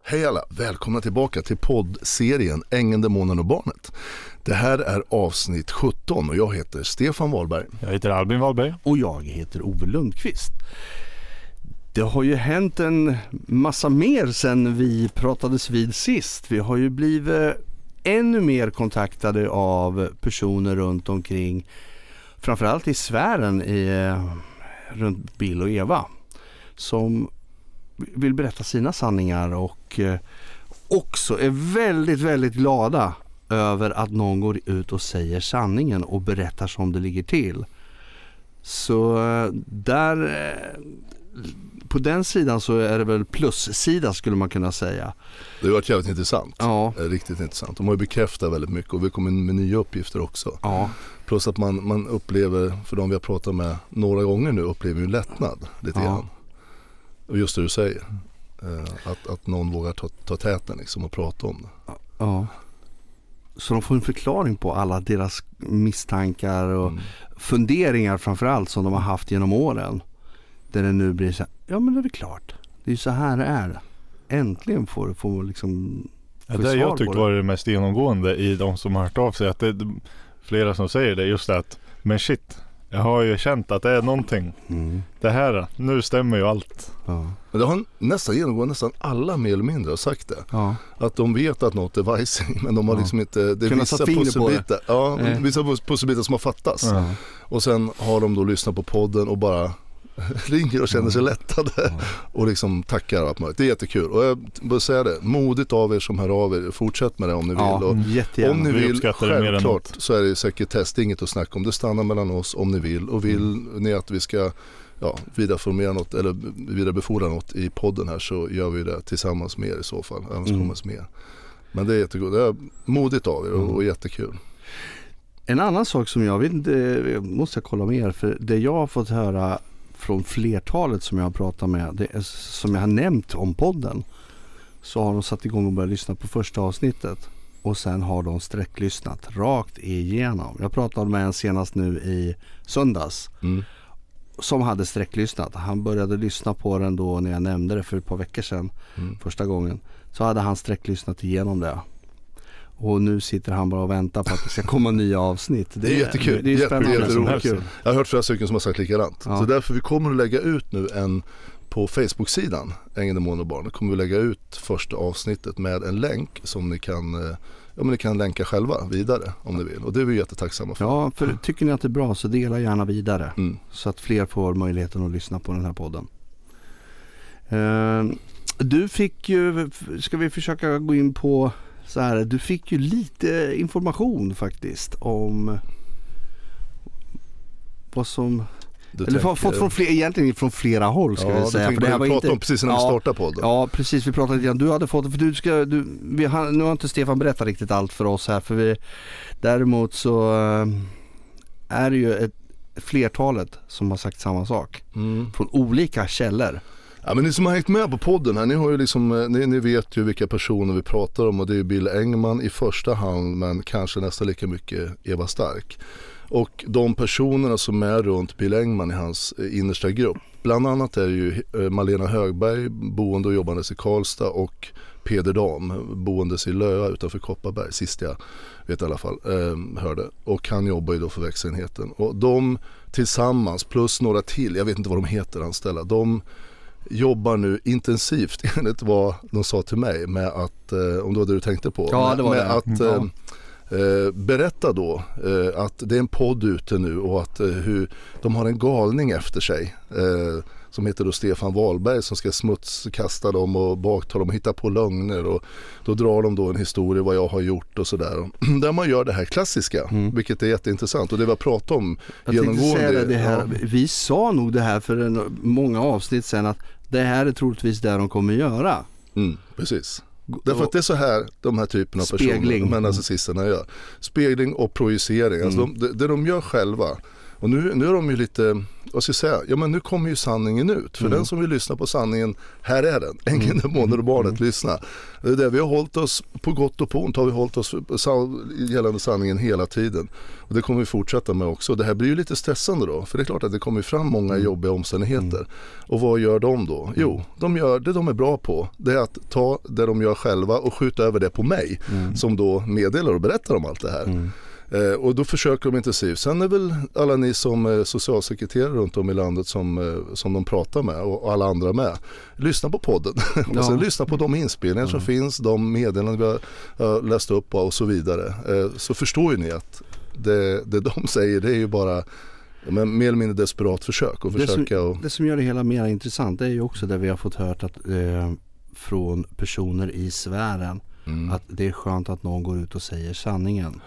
Hej alla, välkomna tillbaka till poddserien Ängen, demonen och barnet. Det här är avsnitt 17 och jag heter Stefan Wahlberg. Jag heter Albin Wahlberg. Och jag heter Ove Lundqvist. Det har ju hänt en massa mer sen vi pratades vid sist. Vi har ju blivit ännu mer kontaktade av personer runt omkring, framförallt i sfären runt Bill och Eva, som vill berätta sina sanningar och också är väldigt, väldigt glada över att någon går ut och säger sanningen och berättar som det ligger till. Så där, på den sidan så är det väl plussida skulle man kunna säga. Det har varit jävligt intressant. Ja. Riktigt intressant. De har ju bekräftat väldigt mycket och vi kommer med nya uppgifter också. Ja. Plus att man upplever, för de vi har pratat med några gånger nu, upplever ju lättnad lite grann. Och just det du säger, att någon vågar ta täten liksom och prata om det. Ja. Så de får en förklaring på alla deras misstankar och funderingar framförallt som de har haft genom åren. Där det nu blir så här, ja men det är väl klart. Det är ju så här det är. Äntligen får liksom Det jag tyckte var det mest genomgående i de som har hört av sig, att det är flera som säger det, just att men shit, jag har ju känt att det är någonting. Det här, nu stämmer ju allt. Ja. Men det har nästan alla mer eller mindre har sagt det. Ja. Att de vet att något är vajsing, men de har liksom inte, det är vissa pusselbitar. Ja, vissa pusselbitar som har fattats. Ja. Och sen har de då lyssnat på podden och bara ringer och känner sig lättade och liksom tackar allt möjligt. Det är jättekul. Och jag bör säga det, modigt av er som hör av er, fortsätt med det om ni vill. Och om ni vill, självklart så är det sekretess, det är inget att snacka om. Det stannar mellan oss om ni vill. Och vill ni att vi ska vidareformera något eller vidarebefordra något i podden här, så gör vi det tillsammans med er i så fall. Med. Men det är jättegod. Det är modigt av er och jättekul. En annan sak som jag vet inte, måste jag kolla med er, för det jag har fått höra från flertalet som jag har pratat med, det är, som jag har nämnt om podden, så har de satt igång och börjat lyssna på första avsnittet och sen har de sträcklyssnat rakt igenom. Jag pratade med en senast nu i söndags som hade sträcklyssnat. Han började lyssna på den då när jag nämnde det för ett par veckor sedan första gången. Så hade han sträcklyssnat igenom det. Och nu sitter han bara och väntar på att det ska komma nya avsnitt. Det är jättekul. Det är spännande. Jag har hört flera stycken som har sagt likadant. Ja. Så därför vi kommer att lägga ut nu på Facebook-sidan Ängen, demonen och barnet kommer vi lägga ut första avsnittet med en länk som ni kan länka själva vidare om ni vill. Och det är vi jättetacksamma för. Ja, för tycker ni att det är bra så dela gärna vidare. Så att fler får möjligheten att lyssna på den här podden. Du fick ju, ska vi försöka gå in på så här, du fick ju lite information faktiskt om vad som fått från egentligen från flera håll ska vi säga. För det här var inte om precis när vi startade podden. Ja, precis, vi pratade lite grann. Du hade fått det, för nu har inte Stefan berättat riktigt allt för oss här, för däremot så är det ju ett flertalet som har sagt samma sak från olika källor. Ja, men ni som har hängt med på podden här, ni har ju liksom, ni vet ju vilka personer vi pratar om, och det är Bill Engman i första hand, men kanske nästan lika mycket Eva Stark. Och de personerna som är runt Bill Engman i hans innersta grupp, bland annat är ju Malena Högberg, boende och jobbandes i Karlstad, och Peder Dam, boendes i Löa utanför Kopparberg, sist jag vet i alla fall, hörde. Och han jobbar ju då för växenheten. Och de tillsammans, plus några till, jag vet inte vad de heter anställda, de jobbar nu intensivt enligt vad de sa till mig med att, om det var det du tänkte på, berätta då att det är en podd ute nu och att hur de har en galning efter sig som heter då Stefan Wahlberg, som ska smutskasta dem och bakta dem och hitta på lögner, och då drar de då en historia vad jag har gjort och sådär. Där man gör det här klassiska, vilket är jätteintressant, och det var prat om genomgående. Det här. Vi sa nog det här för många avsnitt sedan, att det här är troligtvis det de kommer göra. Precis. Därför att det är så här de här typerna av personer, de här narcissisterna gör. Spegling och projicering. Alltså det de gör själva, Och nu är de ju lite, vad ska jag säga, ja men nu kommer ju sanningen ut. För den som vill lyssna på sanningen, här är den. Ängeln, demoner och barnet, lyssna. Det är det vi har hållit oss, på gott och på ont har vi hållit oss gällande sanningen hela tiden. Och det kommer vi fortsätta med också. Det här blir ju lite stressande då, för det är klart att det kommer fram många jobbiga omständigheter. Och vad gör de då? Jo, de gör det de är bra på. Det är att ta det de gör själva och skjuta över det på mig, som då meddelar och berättar om allt det här. Och då försöker de intensivt. Sen är väl alla ni som socialsekreterare runt om i landet som de pratar med och alla andra med. Lyssna på podden. Och sen lyssna på de inspelningar som finns, de meddelanden vi har läst upp och så vidare. Så förstår ju ni att det de säger, det är ju bara men mer eller mindre desperat försök att försöka. Det som gör det hela mer intressant är ju också det vi har fått hört att, från personer i sfären att det är skönt att någon går ut och säger sanningen.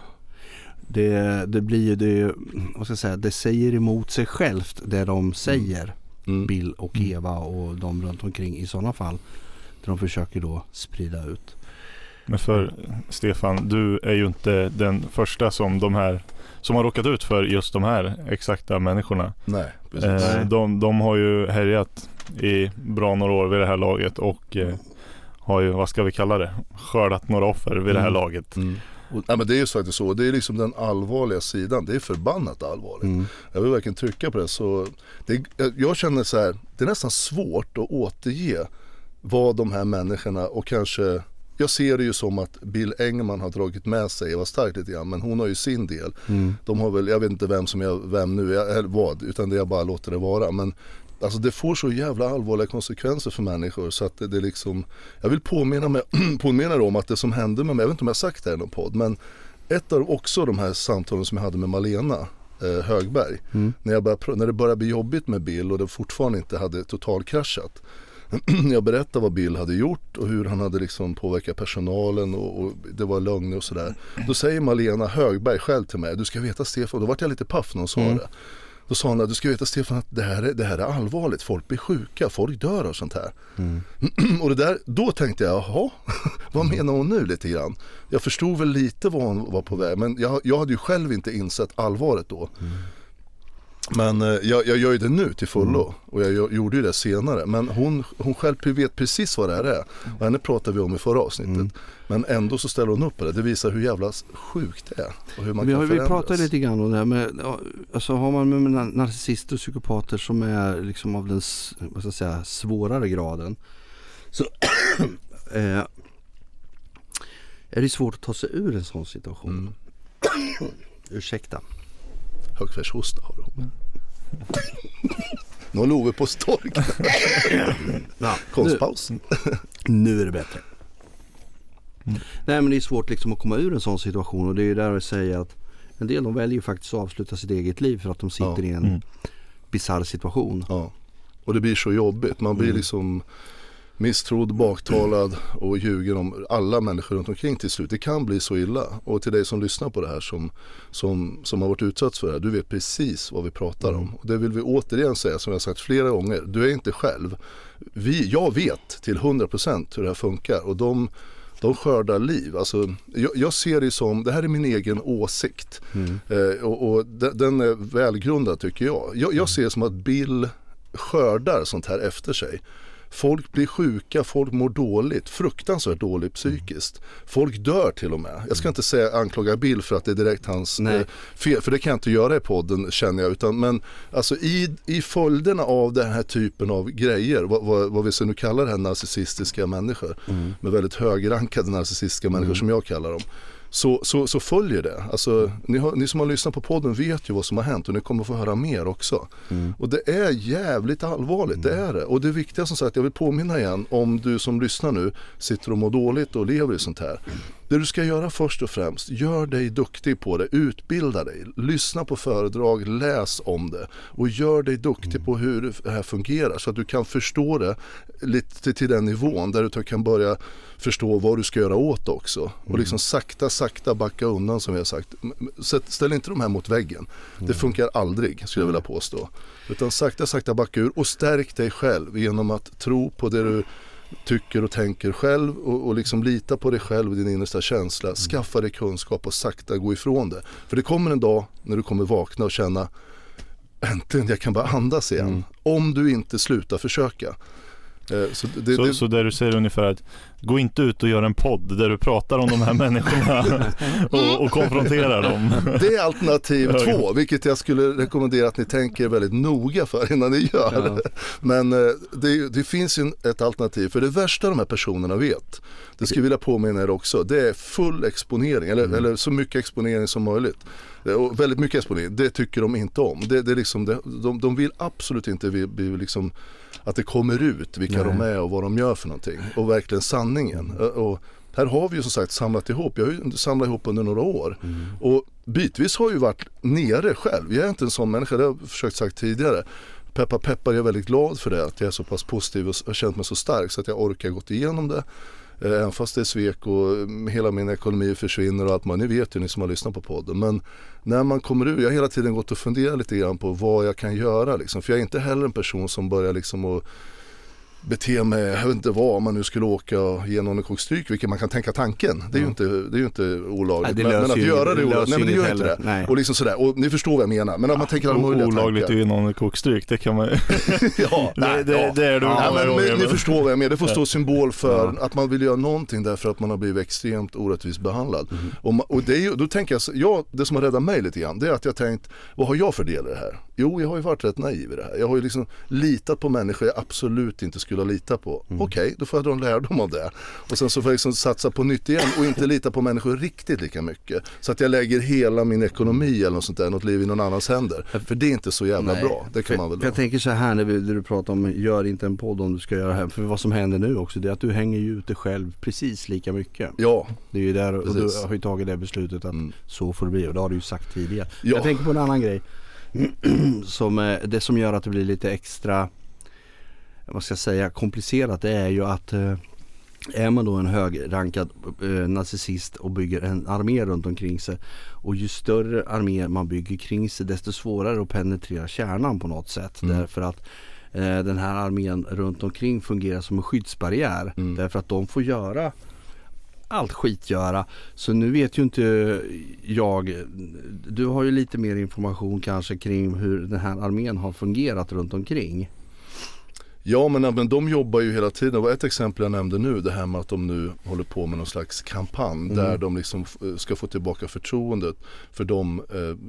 Det blir ju det, vad ska jag säga, det säger emot sig självt det de säger, Bill och Eva och de runt omkring i sådana fall där de försöker då sprida ut. Men för Stefan, du är ju inte den första som de här som har råkat ut för just de här exakta människorna. Nej, precis. De har ju härjat i bra några år vid det här laget och har ju, vad ska vi kalla det, skördat några offer vid det här laget. Ja, men det är ju faktiskt så. Det är liksom den allvarliga sidan. Det är förbannat allvarligt. Jag vill verkligen trycka på det. Så jag känner så här, det är nästan svårt att återge vad de här människorna och kanske, jag ser det ju som att Bill Engman har dragit med sig Eva Stark lite grann, men hon har ju sin del. De har väl, jag vet inte vem nu eller vad, utan det jag bara låter det vara. Men alltså det får så jävla allvarliga konsekvenser för människor så att det liksom, jag vill påminna om att det som hände med mig, jag vet inte om jag har sagt det i någon podd, men ett av också de här samtalen som jag hade med Malena Högberg, när det började bli jobbigt med Bill och det fortfarande inte hade totalkraschat. Jag berättade vad Bill hade gjort och hur han hade liksom påverkat personalen och det var lögner och sådär. Då säger Malena Högberg själv till mig, du ska veta Stefan, då vart jag lite paff när hon sa det. Då sa han att du ska veta Stefan att det här är allvarligt, folk blir sjuka, folk dör av sånt här. Och det där, då tänkte jag, jaha, vad menar hon nu lite grann? Jag förstod väl lite vad hon var på väg, men jag hade ju själv inte insett allvaret då. Men jag gör ju det nu till fullo och jag gjorde ju det senare. Men hon själv vet precis vad det här är. Och henne pratade vi om i förra avsnittet. Men ändå så ställer hon upp på det. Det visar hur jävla sjukt det är. Och hur man kan förändras. Vi pratade lite grann om det här med, alltså har man med narcissister och psykopater som är liksom av den, vad ska jag säga, svårare graden, så är det svårt att ta sig ur en sån situation. Ursäkta. Högfärshosta har du. Nå Love på stork. Konstpaus. Nu är det bättre. Nej, men det är svårt liksom att komma ur en sån situation, och det är ju där att säga att en del de väljer faktiskt att avsluta sitt eget liv för att de sitter i en bizarr situation. Ja. Och det blir så jobbigt. Man blir liksom misstrodd, baktalad och ljuger om alla människor runt omkring till slut. Det kan bli så illa. Och till dig som lyssnar på det här som har varit utsatt för det här, du vet precis vad vi pratar om. Och det vill vi återigen säga, som jag har sagt flera gånger, du är inte själv. Jag vet till 100% hur det här funkar, och de skördar liv. Alltså, jag ser det som, det här är min egen åsikt. Och den är välgrundad tycker jag. Jag ser det som att Bill skördar sånt här efter sig. Folk blir sjuka, folk mår dåligt, fruktansvärt dåligt psykiskt. Folk dör till och med. Jag ska inte säga anklaga Bill för att det är direkt hans fel, för det kan jag inte göra i podden, känner jag. Men alltså i följderna av den här typen av grejer, vad vi så nu kallar det här narcissistiska människor, med väldigt högrankade narcissistiska människor som jag kallar dem, så följer det. Alltså, ni som har lyssnat på podden vet ju vad som har hänt, och ni kommer få höra mer också. Och det är jävligt allvarligt, det är det. Och det viktiga som sagt, jag vill påminna igen, om du som lyssnar nu sitter och mår dåligt och lever i sånt här. Det du ska göra först och främst, gör dig duktig på det, utbilda dig, lyssna på föredrag, läs om det och gör dig duktig på hur det här fungerar, så att du kan förstå det lite till den nivån där du kan börja förstå vad du ska göra åt också. Och liksom sakta backa undan, som vi har sagt. Ställ inte de här mot väggen. Det funkar aldrig, skulle jag vilja påstå. Utan sakta backa ur och stärk dig själv genom att tro på det du tycker och tänker själv, och liksom lita på dig själv och din innersta känsla. Skaffa dig kunskap och sakta gå ifrån det. För det kommer en dag när du kommer vakna och känna, äntligen, jag kan bara andas igen. Om du inte slutar försöka. Så där du säger ungefär att gå inte ut och gör en podd där du pratar om de här människorna och konfronterar dem. Det är alternativ 2, vilket jag skulle rekommendera att ni tänker väldigt noga för innan ni gör det. Men det finns ju ett alternativ, för det värsta de här personerna vet, det skulle jag vilja påminna er också, det är full exponering, eller så mycket exponering som möjligt. Och väldigt mycket exponering, det tycker de inte om. Det är liksom, de vill absolut inte liksom, att det kommer ut vilka de är och vad de gör för någonting. Och verkligen sanningen. Och här har vi ju som sagt samlat ihop. Jag har ju samlat ihop under några år. Och bitvis har jag ju varit nere själv. Jag är inte en sån människa, det har jag försökt sagt tidigare. Peppar, jag är väldigt glad för det. Att jag är så pass positiv och har känt mig så stark så att jag orkar gått igenom det. Även fast det är svek och hela min ekonomi försvinner och allt man. Ni vet ju, ni som har lyssnat på podden. Men när man kommer ur, jag har hela tiden gått och funderat lite grann på vad jag kan göra. Liksom. För jag är inte heller en person som börjar liksom att bete mig, jag vet inte vad, om man nu skulle åka och ge någon en kokstryk, vilket man kan tänka tanken. Det är ju inte olagligt. Nej, men att göra det olagligt, nej men det gör inte det. Nej. Och liksom sådär, och ni förstår vad jag menar. Men om man tänker alla möjliga olagligt tankar. att ge någon en kokstryk, det kan man ja, det är du. Men ni förstår vad jag menar. Det får stå symbol för att man vill göra någonting därför att man har blivit extremt orättvist behandlad. Och det är ju, då tänker jag, det som har räddat mig lite grann, det är att jag tänkt, vad har jag för del i det här? Jo, jag har ju varit rätt naiv i det här. Jag har ju liksom litat på människor jag absolut inte skulle lita på. Okej, då får jag dra en lärdom av det. Och sen så får jag liksom satsa på nytt igen och inte lita på människor riktigt lika mycket. Så att jag lägger hela min ekonomi eller något sånt där, något liv i någon annans händer. För det är inte så jävla bra. Det kan man väl. Jag tänker så här när du pratar om gör inte en podd om du ska göra det här. För vad som händer nu också, det är att du hänger ju ut dig själv precis lika mycket. Ja. Det är ju där, och du har ju tagit det beslutet att så får det bli, och det har du ju sagt tidigare. Ja. Jag tänker på en annan grej det som gör att det blir lite extra, vad ska jag säga, komplicerat, det är ju att är man då en högrankad narcissist och bygger en armé runt omkring sig, och ju större armé man bygger kring sig, desto svårare att penetrera kärnan på något sätt, därför att den här armén runt omkring fungerar som en skyddsbarriär, därför att de får göra allt skitgöra. Så nu vet ju inte du har ju lite mer information kanske kring hur den här armén har fungerat runt omkring. Ja, men de jobbar ju hela tiden. Det var ett exempel jag nämnde nu, det här med att de nu håller på med någon slags kampanj där de liksom ska få tillbaka förtroendet för de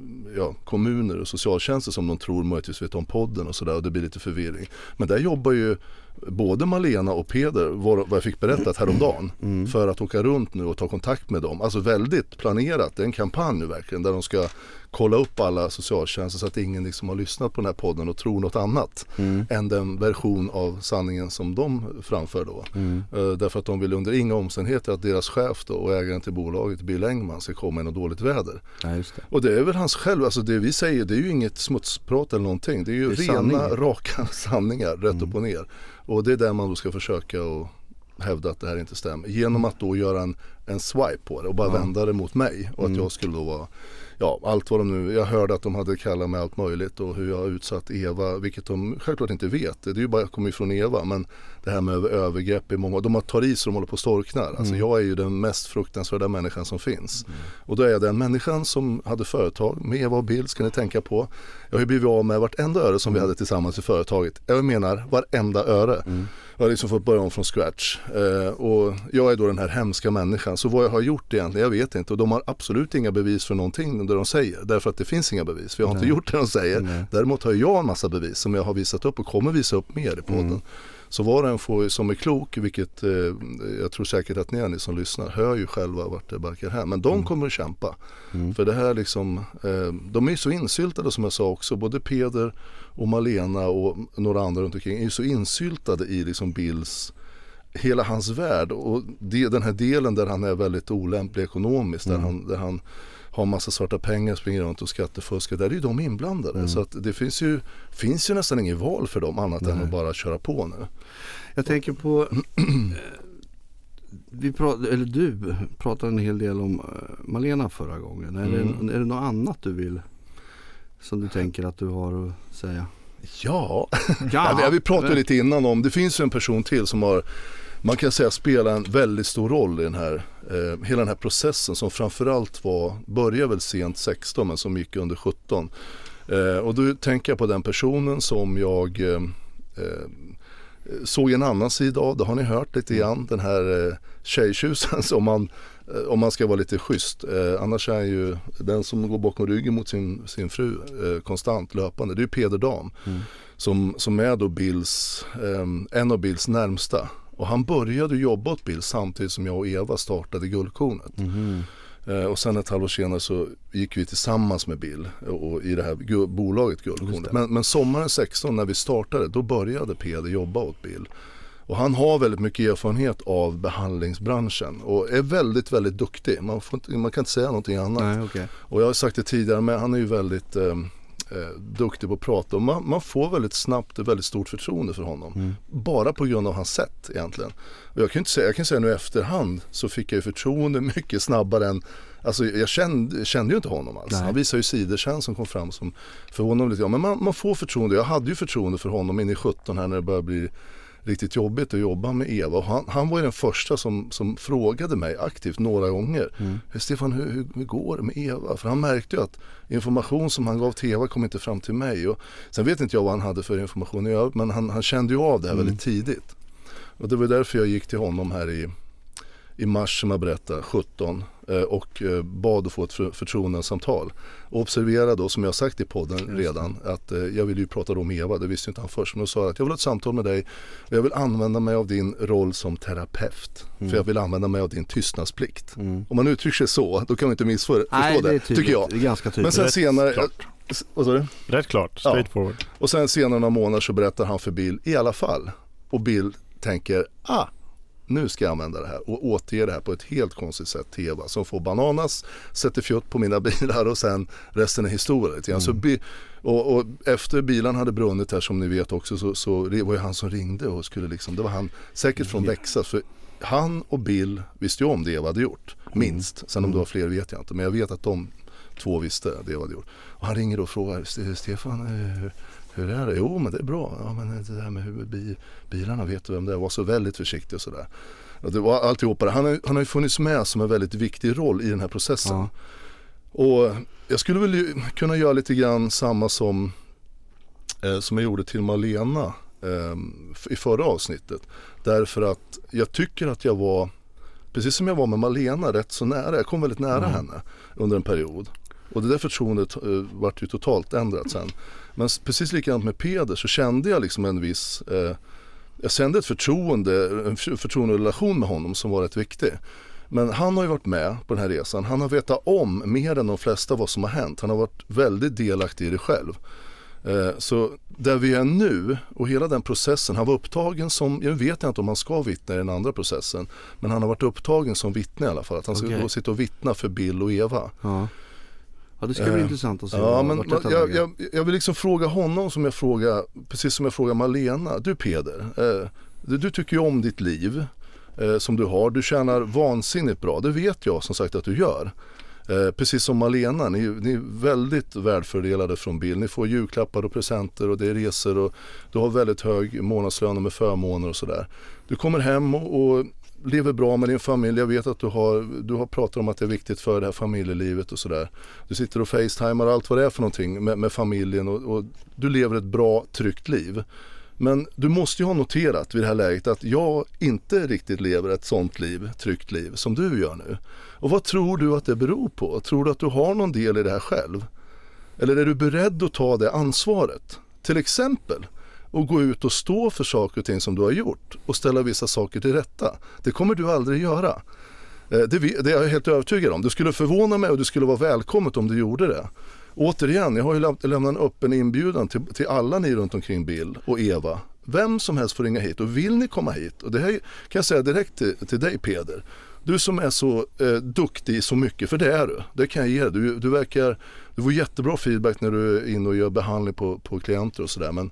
kommuner och socialtjänster som de tror möjligtvis vet om podden och sådär, och det blir lite förvirring. Men där jobbar ju både Malena och Peder, vad jag fick berättat häromdagen, för att åka runt nu och ta kontakt med dem. Alltså väldigt planerat, det är en kampanj nu verkligen, där de ska kolla upp alla socialtjänster så att ingen liksom har lyssnat på den här podden och tror något annat än den version av sanningen som de framför då. Därför att de vill under inga omständigheter att deras chef då, och ägaren till bolaget, Bill Engman, ska komma i något dåligt väder. Ja, just det. Och det är väl hans själv, alltså det vi säger, det är ju inget smutsprat eller någonting, det är ju rena, raka sanningar, rätt upp och ner. Och det är där man då ska försöka och hävda att det här inte stämmer. Genom att då göra en swipe på det och bara vända det mot mig. Och att jag skulle då vara, allt vad de nu, jag hörde att de hade kallat mig allt möjligt och hur jag har utsatt Eva, vilket de självklart inte vet. Det är ju bara kommer ifrån Eva, men det här med övergrepp i många, de har tar i så de håller på och storknar. Alltså jag är ju den mest fruktansvärda människan som finns. Och då är jag den människan som hade företag med Eva och Bill, ska ni tänka på. Jag har ju blivit av med vartenda öre som vi hade tillsammans i företaget. Jag menar varenda öre. Jag har liksom fått börja om från scratch. Och jag är då den här hemska människan. Så vad jag har gjort egentligen, jag vet inte. Och de har absolut inga bevis för någonting det de säger. Därför att det finns inga bevis. För jag har inte gjort det de säger. Nej. Däremot har jag en massa bevis som jag har visat upp och kommer visa upp mer i podden. Så var och en får, som är klok, vilket jag tror säkert att ni som lyssnar hör ju själva vart det barkar här. Men de kommer att kämpa. För det här liksom, de är ju så insyltade som jag sa också. Både Peder och Malena och några andra runt omkring är ju så insyltade i liksom Bills, hela hans värld. Och den här delen där han är väldigt olämplig ekonomiskt, där han har massa svarta pengar, springer runt och skattefuskar, där är ju de inblandade. Så att det finns ju nästan ingen val för dem annat än att bara köra på nu. Jag tänker på du pratade en hel del om Malena förra gången. Är det något annat du vill, som du tänker att du har att säga? Ja. Vi pratade lite innan om, det finns ju en person till som har, man kan säga, spela en väldigt stor roll i den här, hela den här processen som framförallt började väl sent 16 men som gick under 17. Och då tänker jag på den personen som jag såg en annan sida av. Det har ni hört lite grann. Den här tjejtjusen som om man ska vara lite schysst. Annars är ju den som går bakom ryggen mot sin fru konstant löpande. Det är ju Peder Dam som är då en av Bills närmsta. Och han började jobba åt Bill samtidigt som jag och Eva startade Guldkornet. Och sen ett halvår senare så gick vi tillsammans med Bill och i det här bolaget Guldkornet. Men sommaren 16 när vi startade, då började Peder jobba åt Bill. Och han har väldigt mycket erfarenhet av behandlingsbranschen och är väldigt, väldigt duktig. Man kan inte säga någonting annat. Nej, okay. Och jag har sagt det tidigare, men han är ju väldigt duktig på att prata. Och man får väldigt snabbt ett väldigt stort förtroende för honom. Bara på grund av hans sätt egentligen. Och jag kan säga nu i efterhand så fick jag ju förtroende mycket snabbare än... Alltså jag kände ju inte honom alls. Nej. Han visade ju sidor sen som kom fram som förvånade lite. Ja, men man får förtroende. Jag hade ju förtroende för honom in i 17 här när det började bli riktigt jobbigt att jobba med Eva. Och han var ju den första som frågade mig aktivt några gånger. Stefan, hur går det med Eva? För han märkte ju att information som han gav till Eva kom inte fram till mig. Och sen vet inte jag vad han hade för information i övrigt, men han kände ju av det här väldigt tidigt. Och det var därför jag gick till honom här i mars som jag berättade, 17 och bad att få ett förtroendesamtal. Och observera då, som jag sagt i podden redan, att jag ville ju prata om Eva, det visste inte han först, men då sa jag att jag vill ha ett samtal med dig och jag vill använda mig av din roll som terapeut, för jag vill använda mig av din tystnadsplikt. Om man uttrycker sig så, då kan man inte missförstå det, tycker jag. Det är ganska tydligt. Men sen senare... Vad sa du? Rätt klart, straightforward. Ja. Och sen senare några månader så berättar han för Bill i alla fall. Och Bill tänker, nu ska jag använda det här och återge det här på ett helt konstigt sätt till Eva som får bananas, sätter fjott på mina bilar och sen resten är historia. Så och efter bilen hade brunnit här som ni vet också så det var ju han som ringde och skulle liksom, det var han säkert från Växa, för han och Bill visste ju om det Eva hade gjort, minst. Sen om det var fler vet jag inte, men jag vet att de två visste det Eva hade gjort. Och han ringer och frågar, Stefan, hur är det? Jo, men det är bra. Ja, men det där med bilarna, vet du vem det är? Var så väldigt försiktig och sådär. Och det var alltihopa. Han har ju funnits med som en väldigt viktig roll i den här processen. Ja. Och jag skulle väl kunna göra lite grann samma som jag gjorde till Malena i förra avsnittet. Därför att jag tycker att jag var, precis som jag var med Malena, rätt så nära. Jag kom väldigt nära henne under en period. Och det där förtroendet vart ju totalt ändrat sen. Men precis likadant med Peder så kände jag liksom en viss... jag kände en förtroenderelation med honom som var rätt viktig. Men han har ju varit med på den här resan. Han har vetat om mer än de flesta vad som har hänt. Han har varit väldigt delaktig i det själv. Så där vi är nu och hela den processen, han var upptagen som, jag vet inte om han ska vittna i den andra processen, men han har varit upptagen som vittne i alla fall. Att han ska gå och sitta och vittna för Bill och Eva. Ja. Ja, det ska bli intressant att se. Ja, men jag vill liksom fråga honom precis som jag frågar Malena. Du Peder, du tycker ju om ditt liv som du har. Du tjänar vansinnigt bra. Det vet jag som sagt att du gör. Precis som Malena, ni är väldigt värdfördelade från Bill. Ni får julklappar och presenter och det är resor och du har väldigt hög månadslön med förmåner och sådär. Du kommer hem och lever bra med din familj. Jag vet att du har pratat om att det är viktigt för det här familjelivet och sådär. Du sitter och facetimar allt vad det är för någonting med familjen och du lever ett bra, tryggt liv. Men du måste ju ha noterat vid det här läget att jag inte riktigt lever ett sånt liv, tryggt liv som du gör nu. Och vad tror du att det beror på? Tror du att du har någon del i det här själv? Eller är du beredd att ta det ansvaret? Till exempel och gå ut och stå för saker och ting som du har gjort och ställa vissa saker till rätta. Det kommer du aldrig göra. Det är jag helt övertygad om. Du skulle förvåna mig och du skulle vara välkommet om du gjorde det. Återigen, jag har ju lämnat en öppen inbjudan till alla ni runt omkring Bill och Eva. Vem som helst får ringa hit och vill ni komma hit? Och det här kan jag säga direkt till dig Peder. Du som är så duktig i så mycket, för det är du. Det kan jag ge dig. Du får jättebra feedback när du är inne och gör behandling på klienter och sådär. Men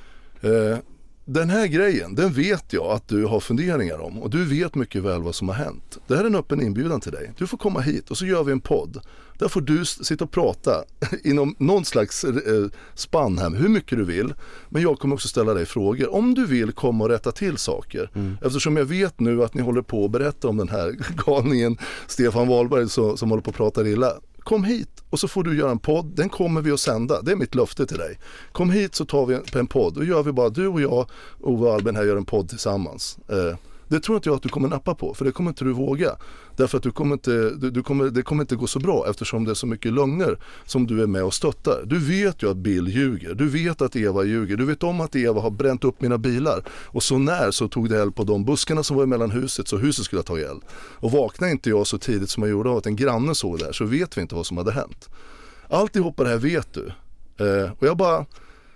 den här grejen, den vet jag att du har funderingar om och du vet mycket väl vad som har hänt. Det här är en öppen inbjudan till dig. Du får komma hit och så gör vi en podd. Där får du sitta och prata inom någon slags spann här, hur mycket du vill. Men jag kommer också ställa dig frågor. Om du vill komma och rätta till saker. Eftersom jag vet nu att ni håller på att berätta om den här galningen Stefan Wahlberg som håller på att prata illa. kom hit och så får du göra en podd. Den kommer vi att sända, det är mitt löfte till dig. Kom hit så tar vi en podd och gör vi bara, du och jag, Ove och Albin här gör en podd tillsammans. Det tror inte jag att du kommer nappa på, för det kommer inte du våga. Därför att det kommer inte gå så bra eftersom det är så mycket lögner som du är med och stöttar. Du vet ju att Bill ljuger, du vet att Eva ljuger, du vet om att Eva har bränt upp mina bilar. Och så när så tog det eld på de buskarna som var mellan huset så huset skulle ha tagit eld. Och vaknade inte jag så tidigt som jag gjorde av att en granne såg det här så vet vi inte vad som hade hänt. Alltihopa det här vet du. Och jag bara...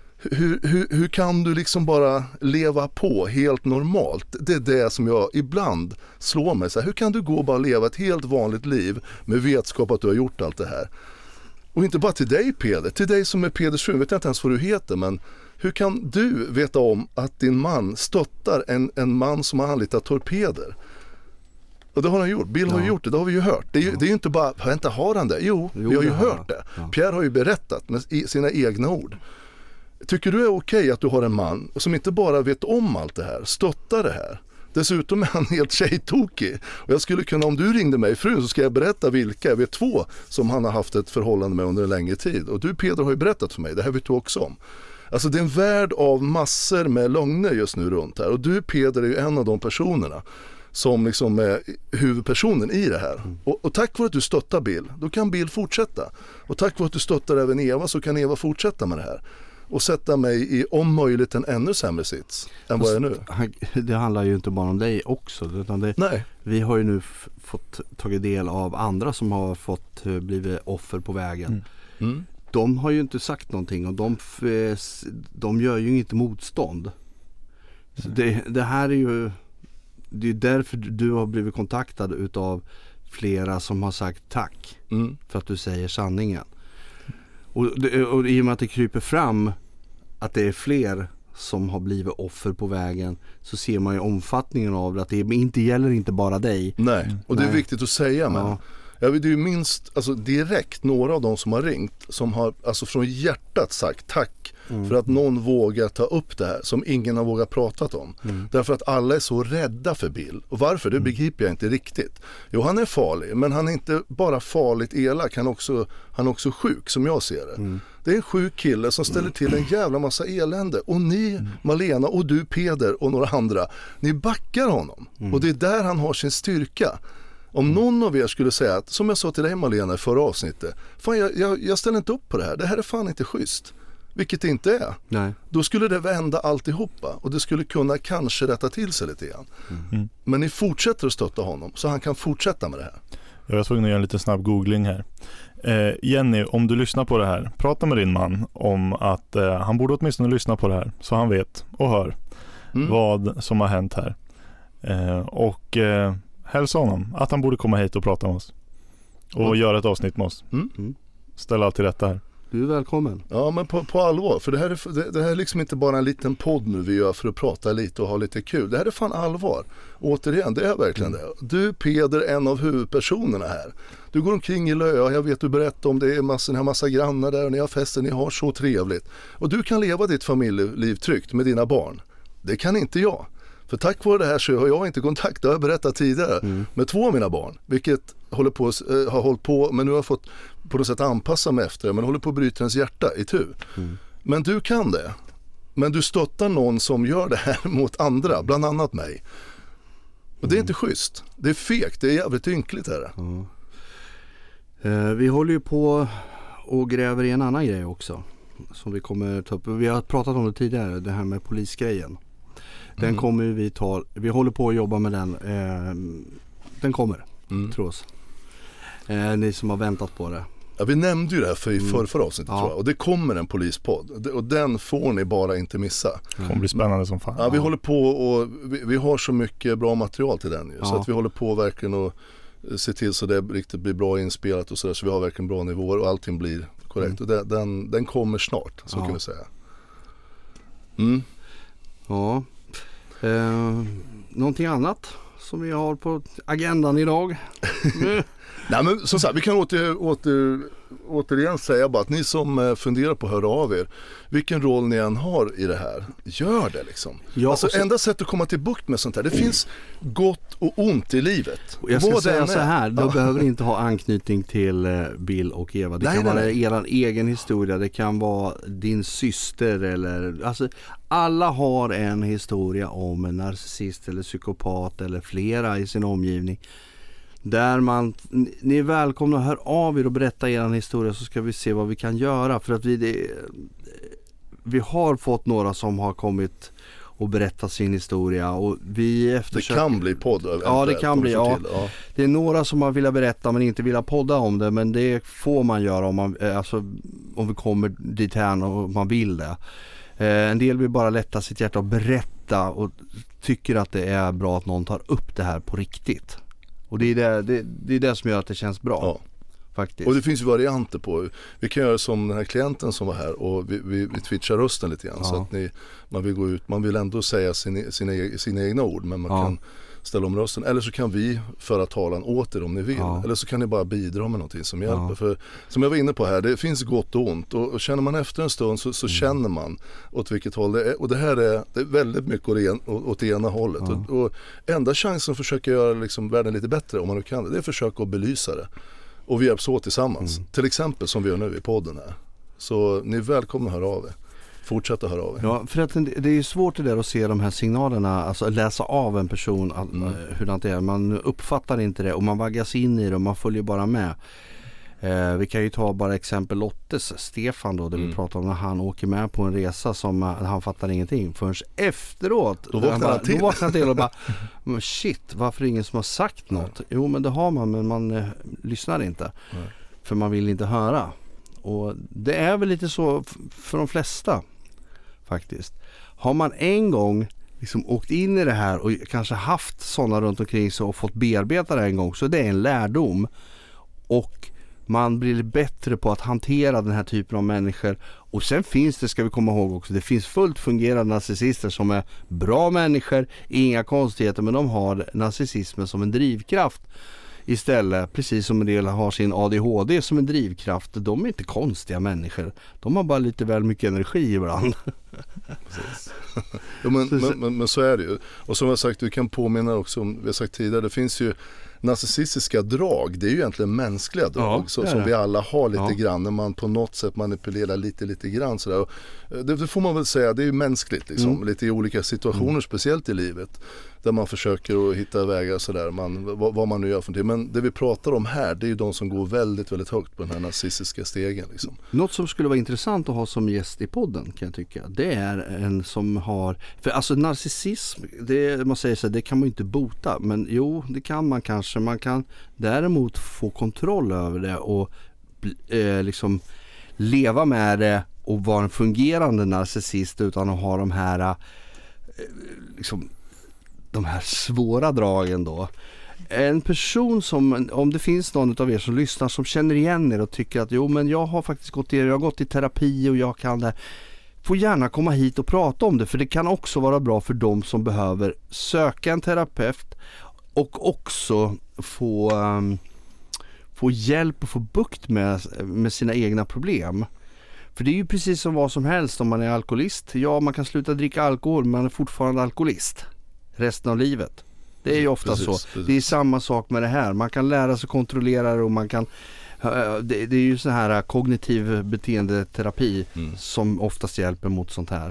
Hur kan du liksom bara leva på helt normalt? Det är det som jag ibland slår mig. Så här, hur kan du gå och bara leva ett helt vanligt liv med vetskap att du har gjort allt det här? Och inte bara till dig Peder, till dig som är Peders fru, vet jag inte ens vad du heter, men hur kan du veta om att din man stöttar en man som har anlitat torpeder? Och det har han gjort, Bill har ju gjort det, det har vi ju hört. Det är ju inte bara, har han det? Jo, vi har ju hört det. Ja. Pierre har ju berättat med sina egna ord. Tycker du är okej att du har en man som inte bara vet om allt det här, stöttar det här? Dessutom är han helt tjejtokig. Och jag skulle kunna, om du ringde mig frun så ska jag berätta vilka. Jag vet 2 som han har haft ett förhållande med under en längre tid. Och du Peder har ju berättat för mig, det här vet du också om. Alltså det är en värld av massor med lögner just nu runt här. Och du Peder är ju en av de personerna som liksom är huvudpersonen i det här. Och tack vare att du stöttar Bill, då kan Bill fortsätta. Och tack vare att du stöttar även Eva så kan Eva fortsätta med det här. Och sätta mig i om möjligt en ännu sämre sits än vad jag är nu. Det handlar ju inte bara om dig också. Utan Nej. Vi har ju nu fått tagit del av andra som har fått blivit offer på vägen. De har ju inte sagt någonting och de gör ju inget motstånd. Så det här är ju, det är därför du har blivit kontaktad utav flera som har sagt tack för att du säger sanningen. Och i och med att det kryper fram att det är fler som har blivit offer på vägen så ser man ju omfattningen av det, att det inte gäller inte bara dig. Nej, och det är viktigt att säga men jag vet ju minst alltså direkt några av de som har ringt som har alltså från hjärtat sagt tack för att någon vågar ta upp det här som ingen har vågat pratat om. Därför att alla är så rädda för Bill. Och varför? Det begriper jag inte riktigt. Jo, han är farlig, men han är inte bara farligt elak, han är också sjuk som jag ser det. Det är en sjuk kille som ställer till en jävla massa elände. Och ni, Malena och du Peder och några andra, ni backar honom. Och det är där han har sin styrka. Om någon av er skulle säga att, som jag sa till dig Malena i förra avsnittet, fan jag ställer inte upp på det här är fan inte schysst. Vilket det inte är. Nej. Då skulle det vända alltihopa och det skulle kunna kanske rätta till sig lite grann. Men ni fortsätter att stötta honom så han kan fortsätta med det här. Jag var tvungen att göra en liten snabb googling här. Jenny, om du lyssnar på det här, prata med din man om att han borde åtminstone lyssna på det här så han vet och hör vad som har hänt här. Och hälsa honom att han borde komma hit och prata med oss. Och göra ett avsnitt med oss. Ställa allt till rätta här. Du är välkommen. Ja, men på allvar. För det här är liksom inte bara en liten podd nu vi gör för att prata lite och ha lite kul. Det här är fan allvar. Återigen, det är verkligen det. Du Peder är en av huvudpersonerna här. Du går omkring i Löa, jag vet du berättar om det är en massa grannar där och ni har fester, ni har så trevligt. Och du kan leva ditt familjeliv tryggt med dina barn. Det kan inte jag. För tack vare det här så har jag inte kontakt, det har jag berättat tidigare, med 2 av mina barn. Vilket har hållit på, men nu har jag fått på något sätt anpassa mig efter det, men håller på att bryta ens hjärta i tur. Men du kan det. Men du stöttar någon som gör det här mot andra, bland annat mig. Och det är inte schysst. Det är fegt, det är jävligt ynkligt här. Vi håller ju på och gräver i en annan grej också. Som vi kommer ta upp. Vi har pratat om det tidigare, det här med polisgrejen. Den kommer vi håller på att jobba med den. Den kommer, tror oss. Ni som har väntat på det. Ja, vi nämnde ju det här förra avsnittet tror jag. Och det kommer en polispodd. Och den får ni bara inte missa. Det kommer bli spännande som fan. Ja, vi håller på och vi har så mycket bra material till den ju. Så att vi håller på verkligen och se till så det riktigt blir bra inspelat och sådär. Så vi har verkligen bra nivåer och allting blir korrekt. Och den kommer snart, så kan vi säga. Ja. Någonting annat som vi har på agendan idag? Nej, men som sagt, vi kan återigen säga bara att ni som funderar på att höra av er, vilken roll ni än har i det här, gör det liksom. Ja, alltså enda sättet att komma till bukt med sånt här, det finns gott och ont i livet. Jag ska säga så här, du behöver inte ha anknytning till Bill och Eva. Det kan vara er egen historia, det kan vara din syster eller, alltså alla har en historia om en narcissist eller psykopat eller flera i sin omgivning. Där ni är välkomna att höra av er och berätta er historia, så ska vi se vad vi kan göra. För att vi har fått några som har kommit och berättat sin historia och vi eftersöker... Det kan bli podd. Ja, det kan bli. Ja. Det är några som har velat berätta men inte vill podda om det, men det får man göra om vi kommer dit här och man vill det. En del vill bara lätta sitt hjärta och berätta och tycker att det är bra att någon tar upp det här på riktigt. Och det är det som gör att det känns bra. Ja. Faktiskt. Och det finns ju varianter på. Vi kan göra som den här klienten som var här och vi twitchar rösten lite grann. Så att man vill gå ut, man vill ändå säga sina egna ord, men man kan ställa om rösten. Eller så kan vi föra talan åt er om ni vill. Eller så kan ni bara bidra med någonting som hjälper. För som jag var inne på här, det finns gott och ont. Och känner man efter en stund så känner man åt vilket håll det är. Och det här är väldigt mycket åt det ena hållet. Och enda chansen att försöka göra liksom världen lite bättre, om man nu kan det är att försöka att belysa det. Och vi hjälps åt tillsammans. Till exempel som vi gör nu i podden här. Så ni är välkomna att höra av er. Fortsätta höra av er. Ja, för att det är ju svårt det där att se de här signalerna, alltså läsa av en person hur det är. Man uppfattar inte det och man vaggas in i det och man följer bara med. Vi kan ju ta bara exempel Lottes Stefan då, där vi pratar om när han åker med på en resa som han fattar ingenting förrän efteråt. Då vaknar han till och bara shit, varför är det ingen som har sagt något? Jo, men det har man, men man lyssnar inte. För man vill inte höra. Och det är väl lite så för de flesta faktiskt. Har man en gång liksom åkt in i det här och kanske haft sådana runt omkring sig och fått bearbeta det en gång, så det är en lärdom. Och man blir bättre på att hantera den här typen av människor. Och sen finns det, ska vi komma ihåg också, det finns fullt fungerande narcissister som är bra människor, inga konstigheter, men de har narcissismen som en drivkraft istället, precis som en del har sin ADHD som en drivkraft. De är inte konstiga människor, de har bara lite väl mycket energi ibland. Precis. Ja, men så är det ju. Och som jag sagt, vi kan påminna också om, vi har sagt tidigare, det finns ju narcissistiska drag, det är ju egentligen mänskliga drag som vi alla har lite grann, när man på något sätt manipulerar lite grann sådär. Det får man väl säga, det är ju mänskligt liksom, lite i olika situationer, speciellt i livet, där man försöker att hitta vägar sådär, vad man nu gör för det. Men det vi pratar om här, det är ju de som går väldigt, väldigt högt på den här narcissistiska stegen liksom. Något som skulle vara intressant att ha som gäst i podden, kan jag tycka, det är en som har, för alltså narcissism, man säger så här, det kan man ju inte bota, men jo, det kan man kanske. Man kan däremot få kontroll över det och liksom leva med det och vara en fungerande narcissist utan att ha de här liksom de här svåra dragen då. En person som, om det finns någon av er som lyssnar som känner igen er och tycker att jo, men jag har faktiskt gått i terapi och jag kan det, får gärna komma hit och prata om det, för det kan också vara bra för de som behöver söka en terapeut och också få hjälp och få bukt med sina egna problem. För det är ju precis som vad som helst om man är alkoholist. Ja, man kan sluta dricka alkohol, men man är fortfarande alkoholist resten av livet. Det är ju ofta så. Det är samma sak med det här. Man kan lära sig kontrollera det och man kan... Det är ju så här kognitiv beteendeterapi som oftast hjälper mot sånt här.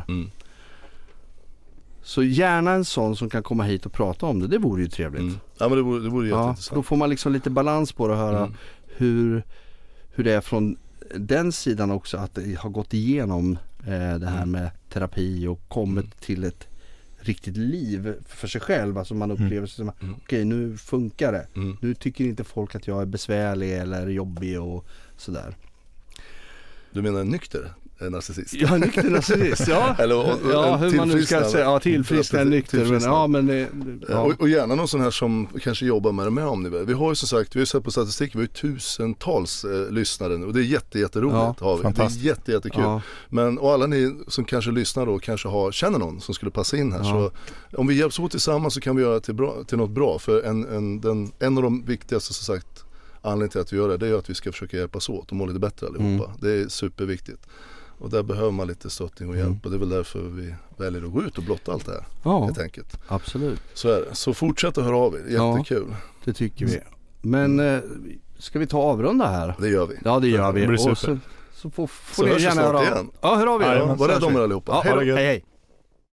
Så gärna en sån som kan komma hit och prata om det. Det vore ju trevligt. Ja, men det vore jätteintressant. Då får man liksom lite balans på det och höra hur det är från den sidan också, att det har gått igenom det här med terapi och kommit till ett riktigt liv för sig själv. Alltså man upplever sig som okej, nu funkar det. Nu tycker inte folk att jag är besvärlig eller jobbig och sådär. Du menar nykter? narcissist. Ja, nykter narcissist, ja. Eller hur man nu ska säga, ja, tillfrisknande nykter. Men, Och gärna någon sån här som kanske jobbar med om ni vill. Vi har ju som sagt, vi har sett på statistik, vi har ju tusentals lyssnare nu och det är jätteroligt. Har vi. Det är jättekul. Ja. Men, och alla ni som kanske lyssnar då kanske känner någon som skulle passa in här. Så om vi hjälps åt tillsammans så kan vi göra till något bra. För en av de viktigaste som sagt anledningen till att vi gör det är att vi ska försöka hjälpas åt och må lite bättre allihopa. Det är superviktigt. Och där behöver man lite stöttning och hjälp och det är väl därför vi väljer att gå ut och blotta allt det här. Helt enkelt. Absolut. Så är det. Så fortsätt att höra av er, jättekul. Det tycker vi. Men ska vi ta avrunda här? Det gör vi. Ja, det gör vi. Det blir och super. så får ni gärna höra av. Igen. Ja, hör av er. Var rädd om er allihopa. Hej.